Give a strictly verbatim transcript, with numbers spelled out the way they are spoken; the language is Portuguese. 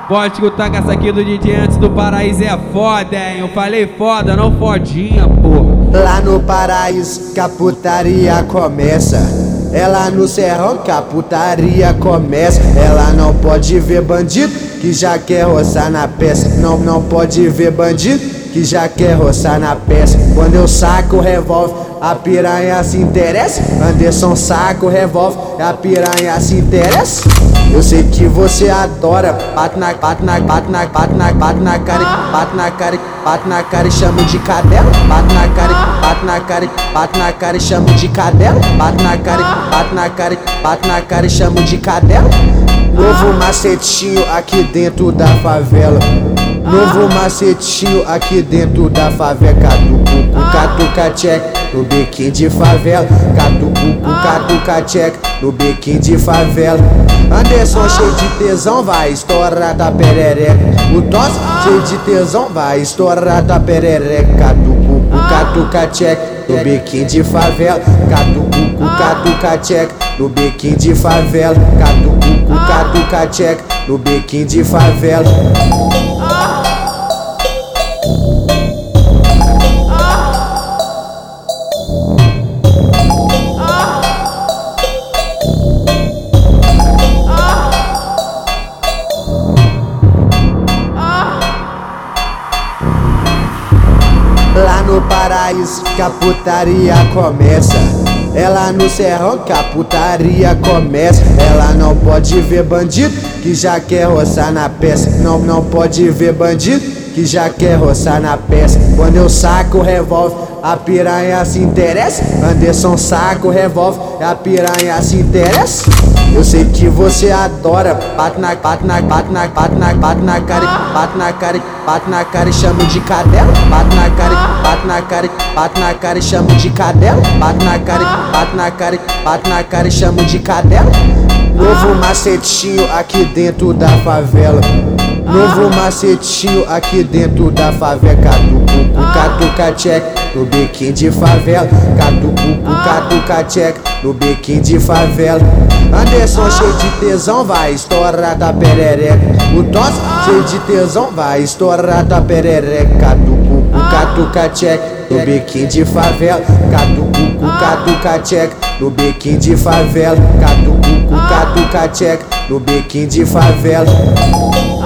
Pode escutar que essa aqui do D J antes do paraíso é foda, hein? Eu falei foda, não fodinha, porra. Lá no paraíso que a putaria começa. É lá no serrão que a putaria começa. Ela não pode ver bandido que já quer roçar na peça. Não, não pode ver bandido que já quer roçar na peça. Quando eu saco o revólver, a piranha se interessa. Anderson saca o revólver, a piranha se interessa. Eu sei que você adora. Bate na, bate na, bate na, bate na, bate na cara, bate na cara, bate na cara e chamo de cadela. Bate na cara, bate na cara, bate na cara e chamo de cadela. Bate na cara, bate na cara, bate na cara e chamo de cadela. Novo macetinho aqui dentro da favela. Novo macetinho aqui dentro da favela. Catucucu, catuca check no biquinho de favela. Catucucu, catuca check no biquinho de favela. Anderson cheio de tesão vai estourar da perereca. O Toss cheio de tesão vai estourar da perereca. Catucucu, catuca check no biquinho de favela. Catucucu, catuca check no biquinho de favela. Catucucu, catuca check no biquinho de favela. Lá no paraíso que a putaria começa. É lá no serrão que a putaria começa. Ela não pode ver bandido que já quer roçar na peça. Não, não pode ver bandido que já quer roçar na peça. Quando eu saco o revólver, a piranha se interessa. Anderson saca o revólver, a piranha se interessa. Eu sei que você adora. Bate na, bate na, bate na, bate na, bate na cara, bate na cara, bate na cara e chamo de cadela. Bate na cara, bate na cara, bate na cara e chamo de cadela. Bate na cara, bate na cara, bate na cara e chamo de cadela. Novo macetinho aqui dentro da favela. Novo macetinho aqui dentro da favela. Catucucu, catuca check no biquinho de favela. Catucucu, catuca check no biquinho de favela. Anderson cheio de tesão vai estourar da perereca. O Toss cheio de tesão vai estourar da perereca. Catucucu, catuca check no biquinho de favela. Catucucu, catuca check no biquinho de favela. Catucucu, catuca check no biquinho de favela.